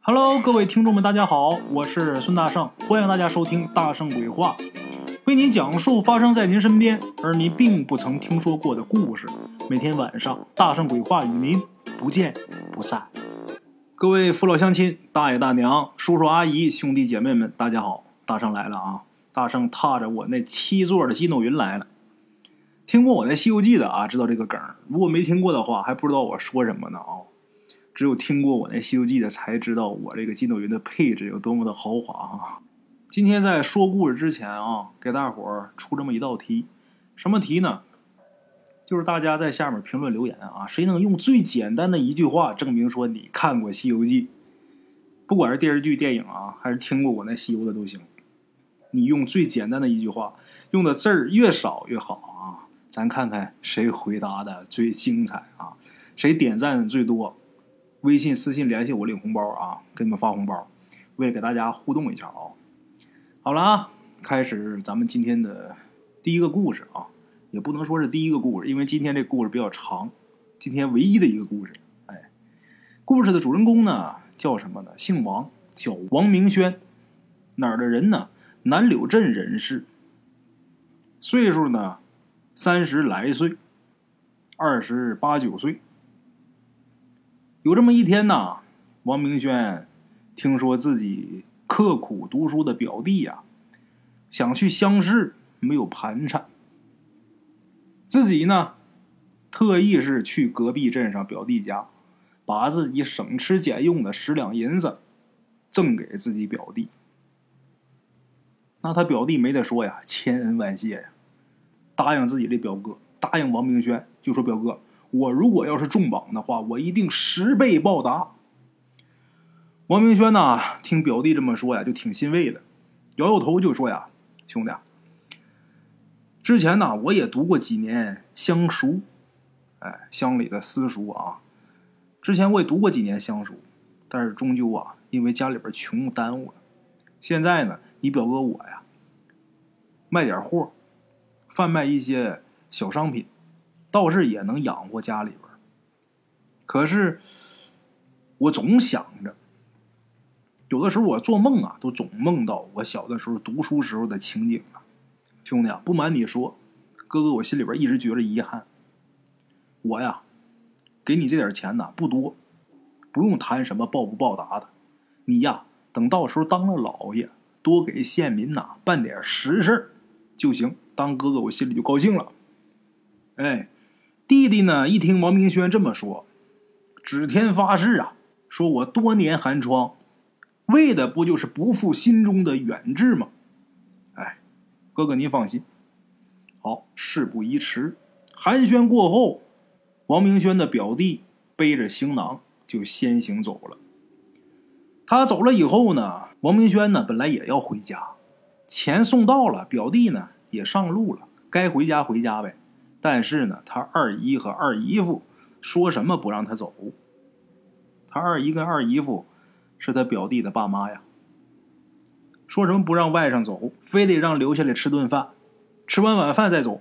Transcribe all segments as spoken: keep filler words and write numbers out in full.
Hello， 各位听众们，大家好，我是孙大圣，欢迎大家收听大圣鬼话，为您讲述发生在您身边而您并不曾听说过的故事。每天晚上，大圣鬼话与您不见不散。各位父老乡亲、大爷大娘、叔叔阿姨、兄弟姐妹们，大家好，大圣来了啊！大圣踏着我那七座的筋斗云来了。听过我那《西游记》的啊，知道这个梗；如果没听过的话，还不知道我说什么呢啊！只有听过我那《西游记》的，才知道我这个筋斗云的配置有多么的豪华啊！今天在说故事之前啊，给大伙儿出这么一道题，什么题呢？就是大家在下面评论留言啊，谁能用最简单的一句话证明说你看过《西游记》，不管是电视剧、电影啊，还是听过我那西游的都行。你用最简单的一句话，用的字儿越少越好啊！咱看看谁回答的最精彩啊，谁点赞最多。微信私信联系我领红包啊，给你们发红包，为了给大家互动一下啊。好了啊，开始咱们今天的第一个故事啊，也不能说是第一个故事，因为今天这故事比较长，今天唯一的一个故事。哎，故事的主人公呢叫什么呢？姓王，叫王明轩，哪儿的人呢？南柳镇人士，岁数呢三十来岁，二十八九岁。有这么一天呢，王明轩听说自己刻苦读书的表弟呀、啊，想去乡试，没有盘缠。自己呢，特意是去隔壁镇上表弟家，把自己省吃俭用的十两银子赠给自己表弟。那他表弟没得说呀，千恩万谢呀，答应自己的表哥，答应王明轩，就说表哥，我如果要是中榜的话，我一定十倍报答。王明轩呢，听表弟这么说呀，就挺欣慰的，摇摇头就说呀，兄弟，之前呢我也读过几年乡塾，哎，乡里的私塾啊，之前我也读过几年乡塾，但是终究啊，因为家里边穷耽误了。现在呢，你表哥我呀，卖点货，贩卖一些小商品，倒是也能养活家里边。可是我总想着，有的时候我做梦啊，都总梦到我小的时候读书时候的情景啊。兄弟啊，不瞒你说，哥哥我心里边一直觉着遗憾。我呀，给你这点钱呢不多，不用谈什么报不报答的。你呀，等到时候当了老爷，多给县民呐办点实事就行，当哥哥我心里就高兴了。哎，弟弟呢一听王明轩这么说，指天发誓啊，说我多年寒窗，为的不就是不负心中的远志吗？哎，哥哥您放心。好，事不宜迟，寒暄过后，王明轩的表弟背着行囊就先行走了。他走了以后呢，王明轩呢本来也要回家，钱送到了，表弟呢也上路了，该回家回家呗。但是呢，他二姨和二姨夫说什么不让他走。他二姨跟二姨夫是他表弟的爸妈呀，说什么不让外甥走，非得让留下来吃顿饭，吃完晚饭再走。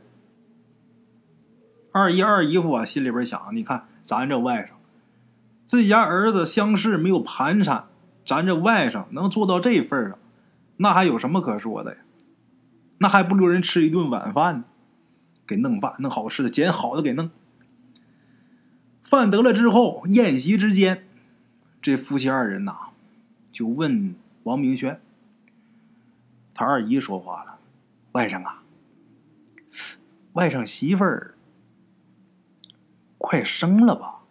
二姨二姨夫啊，心里边想，你看咱这外甥，自己家儿子乡试没有盘缠，咱这外甥能做到这份上，那还有什么可说的呀？那还不留人吃一顿晚饭呢？给弄饭，弄好吃的，捡好的给弄。饭得了之后，宴席之间，这夫妻二人呐，就问王明轩，他二姨说话了，外甥啊，外甥媳妇儿快生了吧？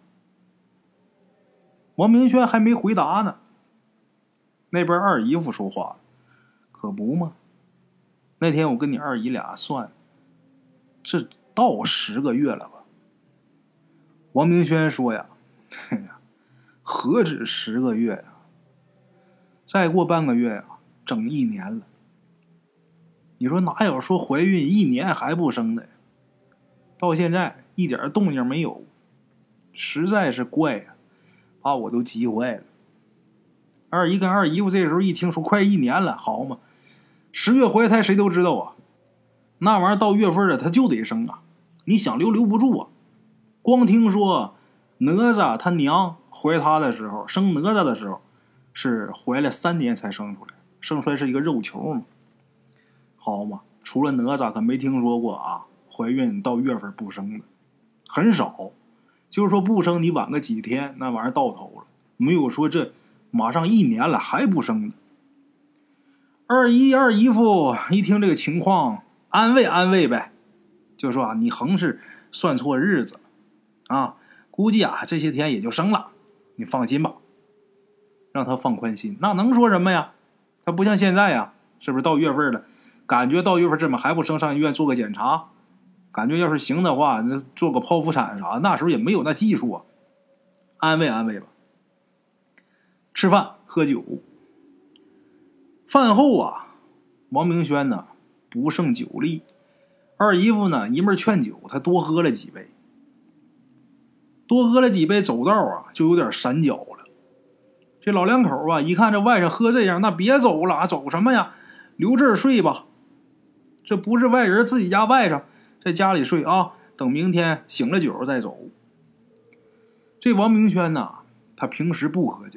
王明轩还没回答呢，那边二姨夫说话了，可不嘛，那天我跟你二姨俩算，这到十个月了吧？王明轩说呀，哎呀，何止十个月呀，再过半个月呀，整一年了。你说哪有说怀孕一年还不生的呀？到现在一点动静没有，实在是怪呀，把我都急坏了。二姨跟二姨夫这时候一听说快一年了，好嘛，十月怀胎谁都知道啊，那玩意儿到月份了他就得生啊，你想留留不住啊。光听说哪吒他娘怀他的时候，生哪吒的时候， 是怀了三年才生出来，生出来是一个肉球嘛。好嘛，除了哪吒可没听说过啊怀孕到月份不生的，很少。就是说不生你晚个几天，那玩意儿到头了，没有说这马上一年了还不生的。二姨二姨夫一听这个情况，安慰安慰呗，就说啊，你横是算错日子了啊，估计啊这些天也就生了，你放心吧，让他放宽心。那能说什么呀？他不像现在呀，是不是到月份了，感觉到月份怎么还不生，上医院做个检查，感觉要是行的话，那做个剖腹产啥，那时候也没有那技术啊。安慰安慰吧。吃饭喝酒，饭后啊，王明轩呢不胜酒力，二姨夫呢一面劝酒，他多喝了几杯，多喝了几杯，走道啊就有点闪脚了。这老两口啊，一看这外甥喝这样，那别走了，走什么呀？留这儿睡吧。这不是外人，自己家外甥在家里睡啊，等明天醒了酒再走。这王明轩呐，他平时不喝酒，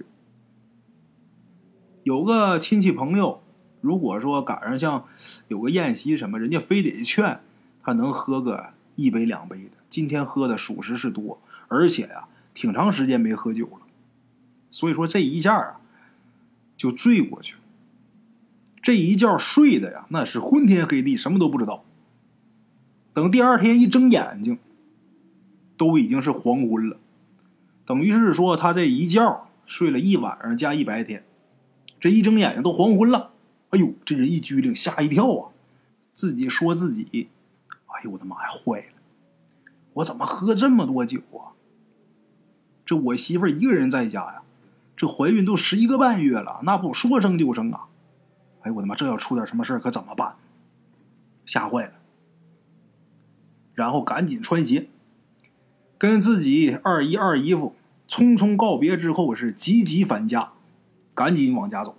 有个亲戚朋友，如果说赶上像有个宴席什么，人家非得劝他能喝个一杯两杯的。今天喝的属实是多，而且呀、啊，挺长时间没喝酒了，所以说这一下啊就醉过去了。这一觉睡的呀，那是昏天黑地，什么都不知道。等第二天一睁眼睛，都已经是黄昏了。等于是说他这一觉睡了一晚上加一白天，这一睁眼睛都黄昏了。哎呦，这人一激灵，吓一跳啊！自己说自己，哎呦我的妈呀，坏了！我怎么喝这么多酒啊？这我媳妇儿一个人在家呀，这怀孕都十一个半月了，那不说生就生啊！哎呦我的妈，这要出点什么事儿可怎么办？吓坏了。然后赶紧穿鞋，跟自己二姨二姨夫匆匆告别之后，是急急返家，赶紧往家走。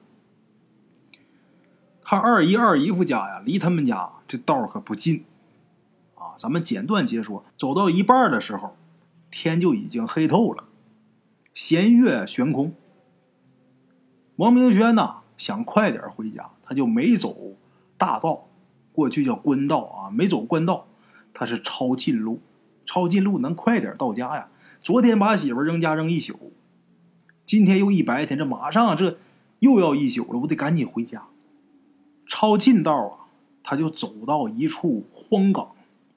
他二姨二姨夫家呀，离他们家这道可不近啊。咱们简短截说，走到一半的时候，天就已经黑透了，弦月悬空。王明轩呢想快点回家，他就没走大道，过去叫官道啊，没走官道，他是抄近路，抄近路能快点到家呀。昨天把媳妇扔家扔一宿，今天又一白天，这马上这又要一宿了，我得赶紧回家。抄近道啊，他就走到一处荒岗。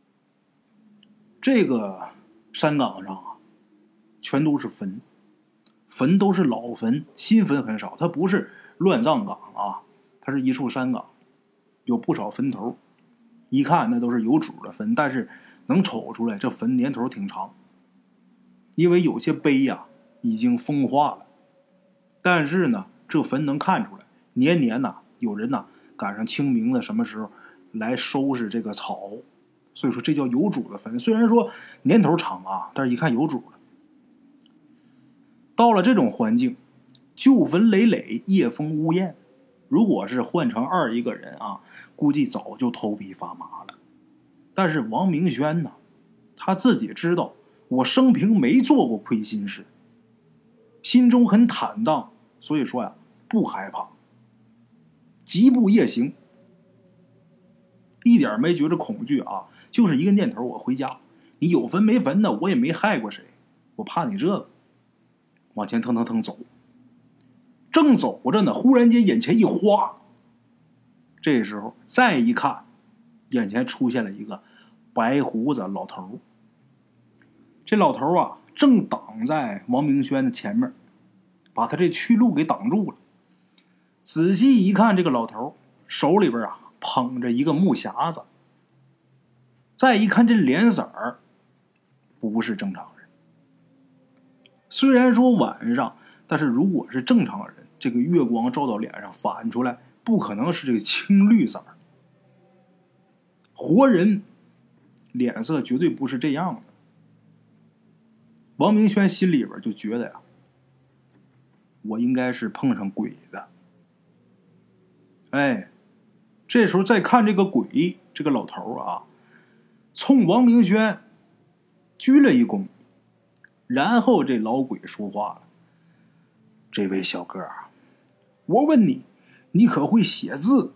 这个山岗上啊，全都是坟，坟都是老坟，新坟很少，它不是乱葬岗啊，它是一处山岗，有不少坟头，一看那都是有主的坟，但是能瞅出来这坟年头挺长，因为有些碑呀、啊、已经风化了，但是呢这坟能看出来，年年呐、啊、有人呐、啊、赶上清明的什么时候来收拾这个草，所以说这叫有主的坟。虽然说年头长啊，但是一看有主了。到了这种环境，旧坟累累，夜风呜咽，如果是换成二一个人啊，估计早就头皮发麻了。但是王明轩呢，他自己知道我生平没做过亏心事，心中很坦荡，所以说呀不害怕，疾步夜行，一点没觉着恐惧啊，就是一个念头，我回家。你有坟没坟的，我也没害过谁，我怕你这个。往前腾腾腾走，正走着呢，忽然间眼前一花，这时候再一看，眼前出现了一个白胡子老头。这老头啊正挡在王明轩的前面，把他这去路给挡住了。仔细一看，这个老头手里边啊捧着一个木匣子，再一看这脸色儿不是正常人。虽然说晚上，但是如果是正常人，这个月光照到脸上反出来，不可能是这个青绿色。活人脸色绝对不是这样的。王明轩心里边就觉得呀，我应该是碰上鬼了。哎，这时候再看这个鬼，这个老头啊，冲王明轩鞠了一躬。然后这老鬼说话了：“这位小哥， 我问你，你可会写字？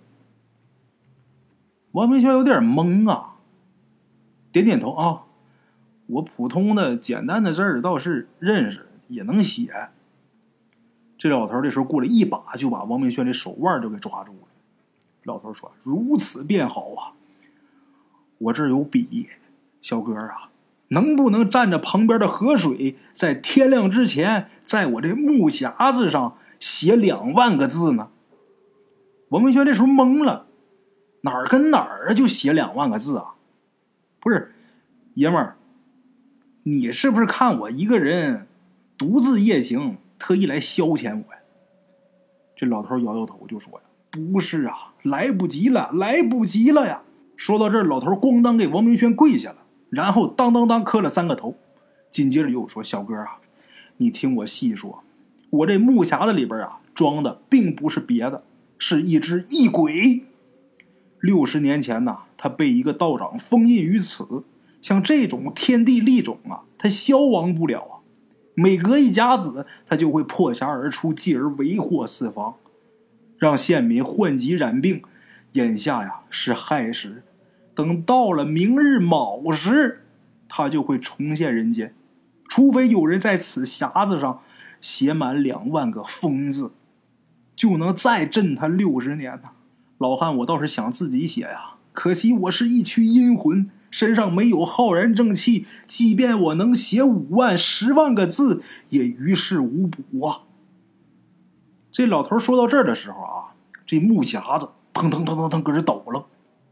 王明轩有点懵啊， 点点头啊，我普通的简单的字儿倒是认识，也能写。这老头这时候过来一把就把王明轩的手腕就给抓住了。老头说：“如此便好啊，我这儿有笔，小哥啊，能不能蘸着旁边的河水，在天亮之前，在我这木匣子上写两万个字呢？”王明轩这时候懵了，哪儿跟哪儿啊，就写两万个字啊？不是，爷们儿，你是不是看我一个人独自夜行，特意来消遣我呀？这老头摇摇头就说呀：“不是啊，来不及了，来不及了呀！”说到这儿，老头咣当给王明轩跪下了，然后当当当磕了三个头，紧接着又说：“小哥啊，你听我细说，我这木匣子里边啊装的并不是别的，是一只异鬼。六十年前呐，他被一个道长封印于此。像这种天地利种啊，他消亡不了啊。每隔一甲子，他就会破匣而出，继而为祸四方，让县民患疾染病。眼下呀是亥时，等到了明日卯时，他就会重现人间。除非有人在此匣子上写满两万个疯字，就能再震他六十年呢。老汉，我倒是想自己写呀，可惜我是一躯阴魂，身上没有浩然正气，即便我能写五万十万个字，也于事无补啊。这老头说到这儿的时候啊，这木匣子腾腾腾腾腾搁这抖了。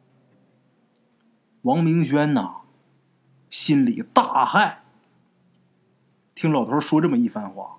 王明轩呐，心里大骇，听老头说这么一番话，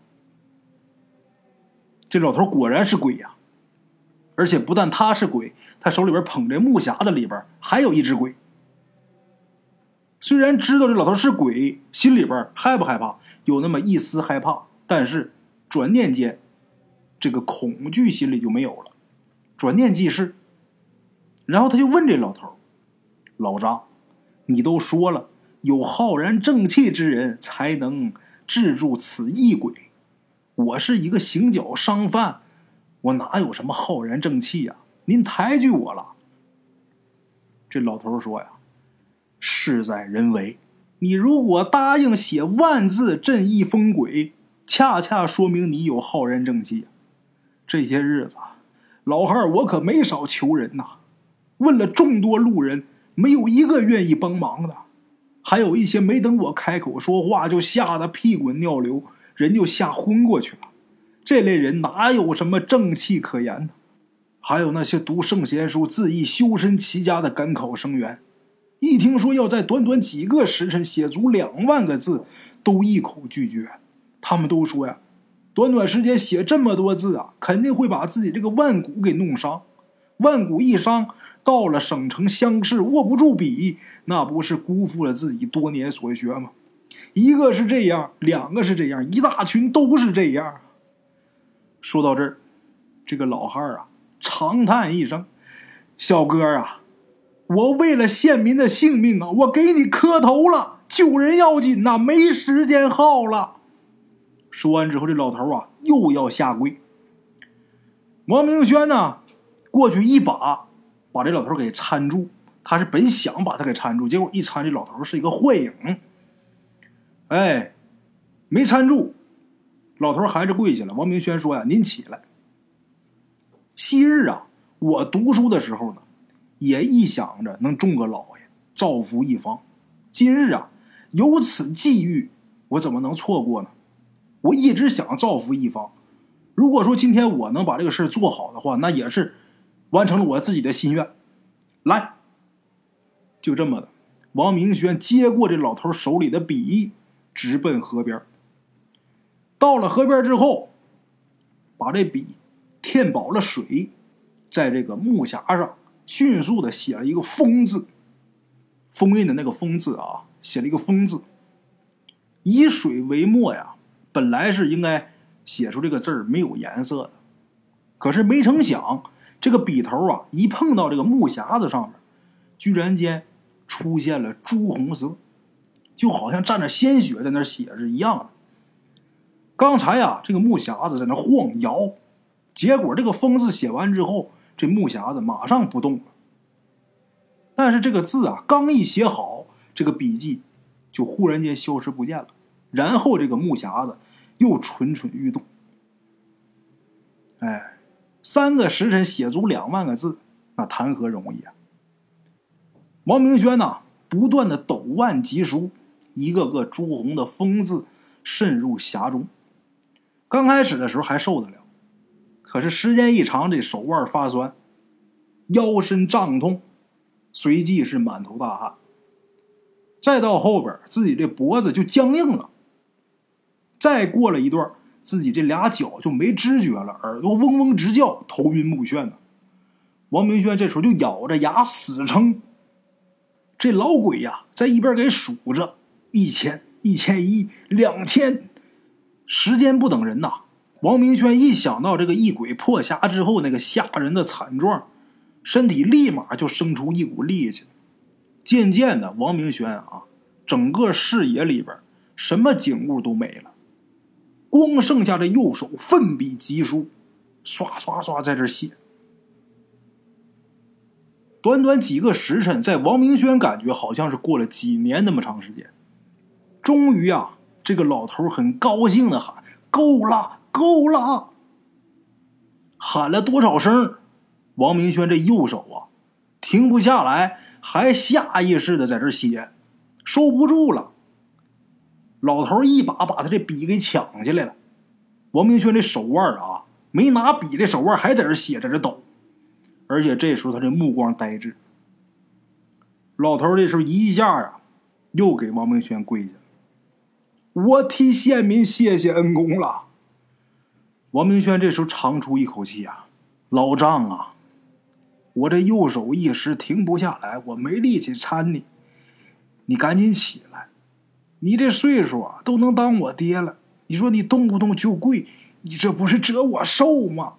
这老头果然是鬼呀、啊！而且不但他是鬼，他手里边捧着木匣子里边还有一只鬼。虽然知道这老头是鬼，心里边害不害怕？有那么一丝害怕，但是转念间，这个恐惧心里就没有了。转念即逝。然后他就问这老头：“老张，你都说了，有浩然正气之人才能制住此异鬼。我是一个行脚商贩，我哪有什么浩然正气呀、啊？您抬举我了。”这老头说呀：“事在人为，你如果答应写万字镇异风鬼，恰恰说明你有浩然正气。这些日子，老汉我可没少求人呐、啊，问了众多路人，没有一个愿意帮忙的。还有一些没等我开口说话，就吓得屁滚尿流，人就吓昏过去了。这类人哪有什么正气可言呢？还有那些读圣贤书、自缢修身齐家的赶考生员，一听说要在短短几个时辰写足两万个字，都一口拒绝。他们都说呀，短短时间写这么多字啊，肯定会把自己这个腕骨给弄伤。腕骨一伤，到了省城乡试握不住笔，那不是辜负了自己多年所学吗？一个是这样，两个是这样，一大群都是这样。说到这儿，这个老汉啊长叹一声：“小哥啊，我为了县民的性命啊，我给你磕头了，救人要紧呐、啊，没时间耗了。”说完之后，这老头啊又要下跪。王明轩呢过去一把把这老头给搀住，他是本想把他给搀住，结果一搀这老头是一个幻影，哎，没搀住，老头还是跪下了。王明轩说呀：“您起来。昔日啊，我读书的时候呢，也一想着能中个老爷，造福一方。今日啊，有此际遇，我怎么能错过呢？我一直想造福一方。如果说今天我能把这个事做好的话，那也是完成了我自己的心愿。来，就这么的。”王明轩接过这老头手里的笔，直奔河边。到了河边之后，把这笔填饱了水，在这个木匣上迅速的写了一个封字，封印的那个封字啊，写了一个封字。以水为墨呀，本来是应该写出这个字儿没有颜色的，可是没成想这个笔头啊一碰到这个木匣子上面，居然间出现了朱红色，就好像蘸着鲜血在那写是一样的。刚才啊这个木匣子在那晃摇， 结果这个封字写完之后，这木匣子马上不动了。但是这个字啊，刚一写好，这个笔记就忽然间消失不见了。然后这个木匣子又蠢蠢欲动。哎，三个时辰写足两万个字，那谈何容易啊！王明轩呐，不断的抖腕疾书，一个个朱红的封字渗入匣中。刚开始的时候还受得了，可是时间一长，这手腕发酸，腰身胀痛，随即是满头大汗。再到后边，自己这脖子就僵硬了。再过了一段，自己这俩脚就没知觉了，耳朵嗡嗡直叫，头晕目眩的。王明轩这时候就咬着牙死撑。这老鬼呀，在一边给数着一千、一千一、两千，时间不等人呐。王明轩一想到这个异鬼破匣之后那个吓人的惨状，身体立马就生出一股力气。渐渐的，王明轩啊，整个视野里边什么景物都没了，光剩下这右手奋笔疾书，刷刷刷在这写。短短几个时辰，在王明轩感觉好像是过了几年那么长时间。终于啊，这个老头很高兴的喊：“够了，够了！”喊了多少声，王明轩这右手啊停不下来，还下意识的在这写，收不住了。老头一把把他这笔给抢下来了。王明轩这手腕啊，没拿笔的手腕还在这写，在这抖。而且这时候他这目光呆滞。老头这时候一下啊，又给王明轩跪下：“我替县民谢谢恩公了。”王明轩这时候长出一口气啊：“老丈啊，我这右手一时停不下来，我没力气搀你，你赶紧起来。你这岁数啊，都能当我爹了，你说你动不动就跪，你这不是折我寿吗？”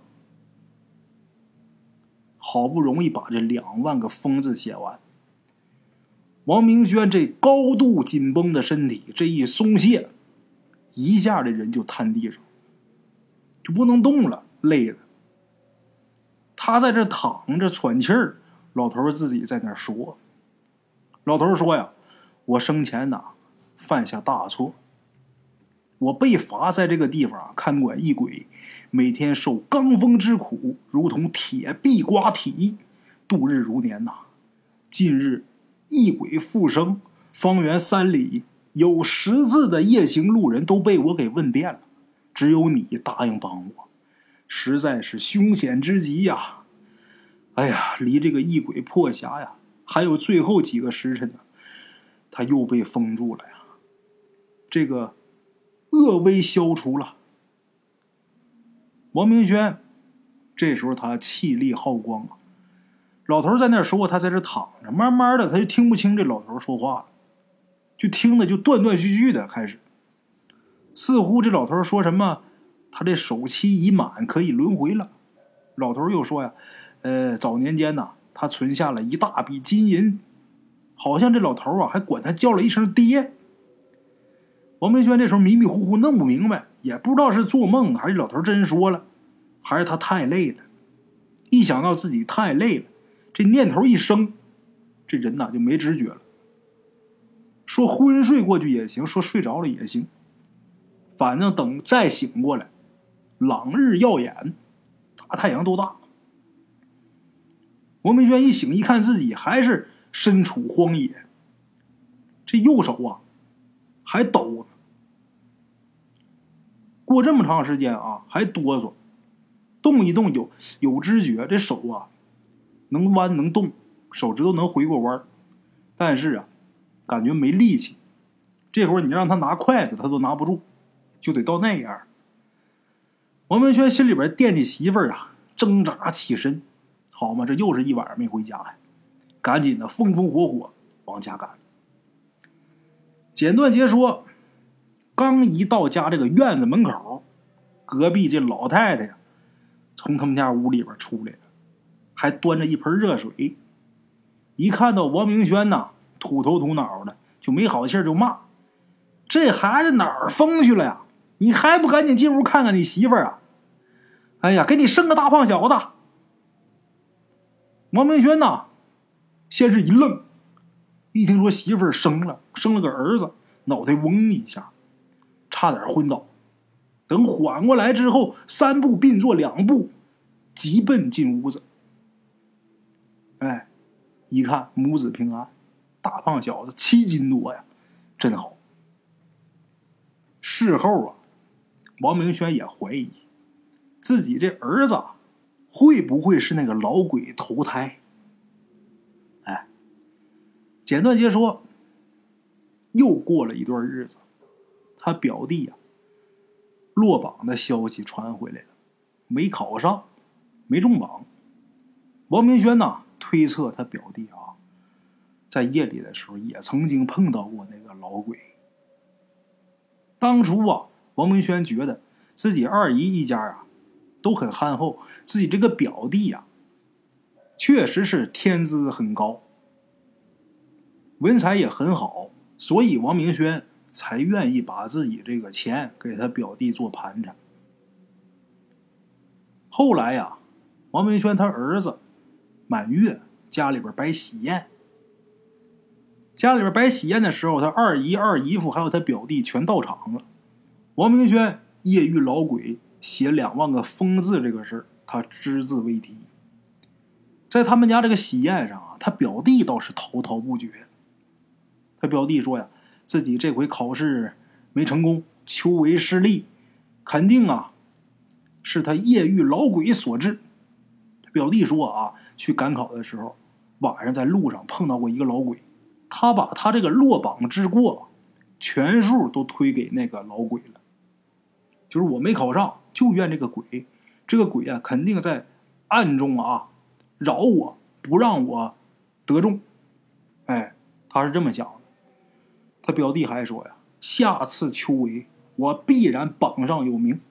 好不容易把这两万个封字写完，王明轩这高度紧绷的身体这一松懈，一下这人就瘫地上，就不能动了，累的。他在这躺着喘气儿，老头自己在那说：“老头说呀，我生前呐犯下大错，我被罚在这个地方看管异鬼，每天受罡风之苦，如同铁壁刮体，度日如年呐。近日异鬼复生，方圆三里有识字的夜行路人都被我给问遍了，只有你答应帮我，实在是凶险之极呀！哎呀，离这个异鬼破匣呀，还有最后几个时辰呢，他又被封住了呀。这个恶威消除了。”王明轩这时候他气力耗光啊，老头在那说，他在这躺着，慢慢的他就听不清这老头说话了，就听的就断断续续的开始，似乎这老头说什么他这手期已满，可以轮回了。老头又说呀，呃，早年间呐，他存下了一大笔金银，好像这老头啊还管他叫了一声爹。王明轩这时候迷迷糊糊弄不明白，也不知道是做梦还是老头真说了，还是他太累了。一想到自己太累了，这念头一生，这人呐就没知觉了。说昏睡过去也行，说睡着了也行，反正等再醒过来，朗日耀眼，大太阳都大。王明轩一醒一看，自己还是身处荒野，这右手啊还抖呢。过这么长时间啊，还哆嗦，动一动有有知觉，这手啊能弯能动，手指头能回过弯，但是啊感觉没力气。这会儿你让他拿筷子他都拿不住，就得到那样。王明轩心里边惦记媳妇儿啊，挣扎起身，好嘛，这又是一晚上没回家呀，赶紧的风风火火往家赶。简短截说，刚一到家这个院子门口，隔壁这老太太呀从他们家屋里边出来了，还端着一盆热水。一看到王明轩呐，土头土脑的，就没好气就骂：“这孩子哪儿疯去了呀？你还不赶紧进屋看看你媳妇儿啊！” 哎呀，给你生个大胖小子！王明轩呐，先是一愣，一听说媳妇儿生了，生了个儿子，脑袋嗡一下，差点昏倒。等缓过来之后，三步并作两步，急奔进屋子。哎，一看母子平安，大胖小子七斤多呀，真好。事后啊，王明轩也怀疑自己这儿子会不会是那个老鬼投胎。哎，简短截说，又过了一段日子，他表弟啊落榜的消息传回来了，没考上，没中榜。王明轩呐推测他表弟啊在夜里的时候也曾经碰到过那个老鬼。当初啊，王明轩觉得自己二姨一家啊都很憨厚，自己这个表弟呀、啊、确实是天资很高，文采也很好，所以王明轩才愿意把自己这个钱给他表弟做盘缠。后来呀、啊，王明轩他儿子满月，家里边摆喜宴，家里边摆喜宴的时候，他二姨、二姨夫还有他表弟全到场了。王明轩夜遇老鬼写两万个疯字这个事儿，他只字未提。在他们家这个喜宴上啊，他表弟倒是滔滔不绝。他表弟说呀，自己这回考试没成功，求为失利，肯定啊是他夜遇老鬼所致。他表弟说啊，去赶考的时候，晚上在路上碰到过一个老鬼，他把他这个落榜之过全数都推给那个老鬼了。就是我没考上，就怨这个鬼，这个鬼啊肯定在暗中啊扰我，不让我得中。哎，他是这么想的。他表弟还说呀，下次秋闱我必然榜上有名。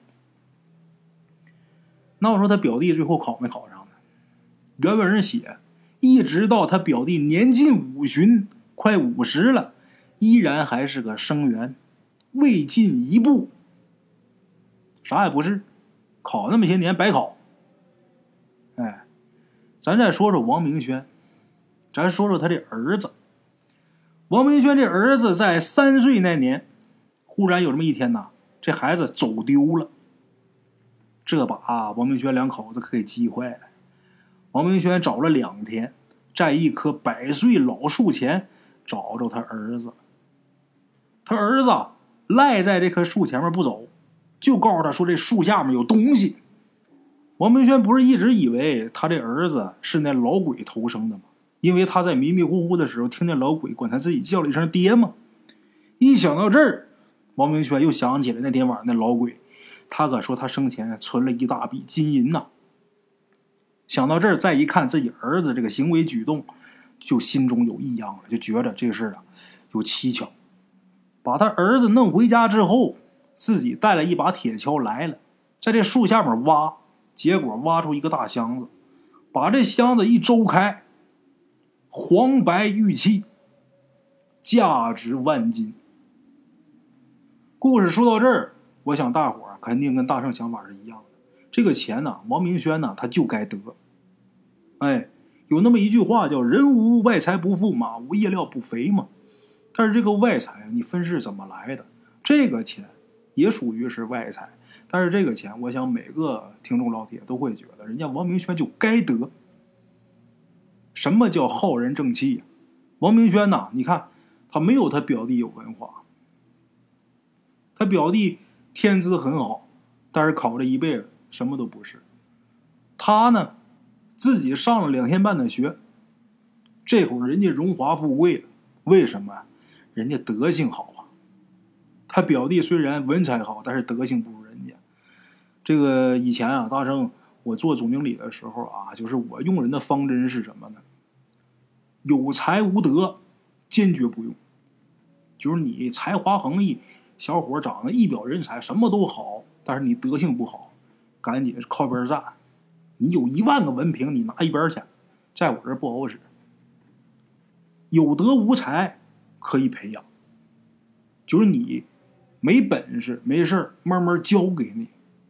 那我说他表弟最后考没考上呢？原文上写，一直到他表弟年近五旬，快五十了，依然还是个生员，未进一步。啥也不是，考那么些年白考。哎，咱再说说王明轩，咱说说他这儿子。王明轩这儿子在三岁那年，忽然有这么一天呐，这孩子走丢了。这把、啊、王明轩两口子可给急坏了。王明轩找了两天，在一棵百岁老树前找着他儿子。他儿子赖在这棵树前面不走，就告诉他说这树下面有东西。王明轩不是一直以为他这儿子是那老鬼投生的吗？因为他在迷迷糊糊的时候听见老鬼管他自己叫了一声爹嘛。一想到这儿，王明轩又想起来那天晚上那老鬼，他可说他生前存了一大笔金银呐。想到这儿，再一看自己儿子这个行为举动，就心中有异样了，就觉得这个事啊有蹊跷。把他儿子弄回家之后，自己带了一把铁锹来了，在这树下面挖，结果挖出一个大箱子，把这箱子一周开，黄白玉器，价值万金。故事说到这儿，我想大伙儿肯定跟大圣想法是一样的。这个钱呢，王明轩呢，他就该得。哎，有那么一句话叫人无外财不富，马无夜料不肥嘛。但是这个外财你分是怎么来的？这个钱也属于是外财，但是这个钱我想每个听众老铁都会觉得人家王明轩就该得。什么叫浩然正气呀？王明轩呐，你看他没有他表弟有文化，他表弟天资很好，但是考这一辈子什么都不是。他呢自己上了两天半的学，这会儿人家荣华富贵了，为什么？人家德行好啊。他表弟虽然文采好，但是德行不如人家。这个以前啊，大圣我做总经理的时候啊，就是我用人的方针是什么呢？有才无德，坚决不用。就是你才华横溢，小伙长得一表人才，什么都好，但是你德行不好，赶紧靠边站。你有一万个文凭，你拿一边去，在我这儿不好使。有德无才可以培养，就是你没本事没事慢慢教给你，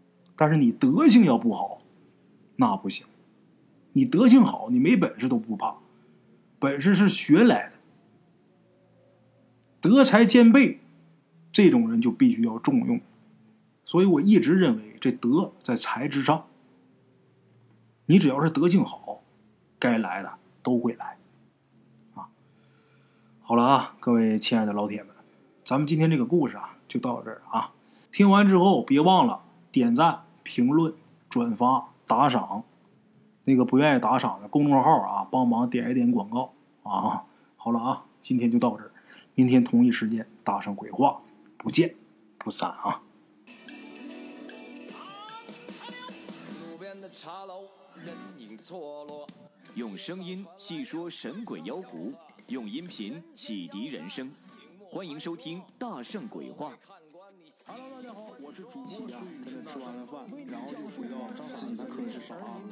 但是你德行要不好，那不行。你德行好，你没本事都不怕，本事是学来的。德才兼备，这种人就必须要重用。所以我一直认为这德在才之上。你只要是德行好，该来的都会来啊。好了啊，各位亲爱的老铁们，咱们今天这个故事啊就到这儿啊。听完之后别忘了点赞、评论、转发、打赏。那个不愿意打赏的公众号啊，帮忙点一点广告啊。好了啊，今天就到这儿，明天同一时间大圣鬼话，不见不散啊。 路边的茶楼，人影错落，用声音细说神鬼妖狐，用音频启迪人生。欢迎收听《大圣鬼话》。 Hello， 大家好，我是主播孙宇，跟着吃完了饭，然后就回到自己的课室上啊。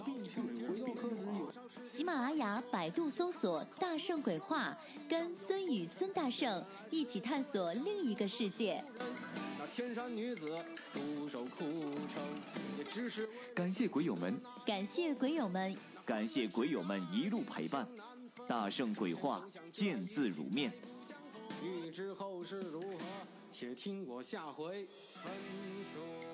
喜马拉雅、百度搜索“大圣鬼话”，跟孙宇、孙大圣一起探索另一个世界。 那天山女子独守枯城，也只是感谢鬼友们， 感谢鬼友们， 感谢鬼友们一路陪伴。大圣鬼话，见字如面。欲知后事如何，且听我下回分说。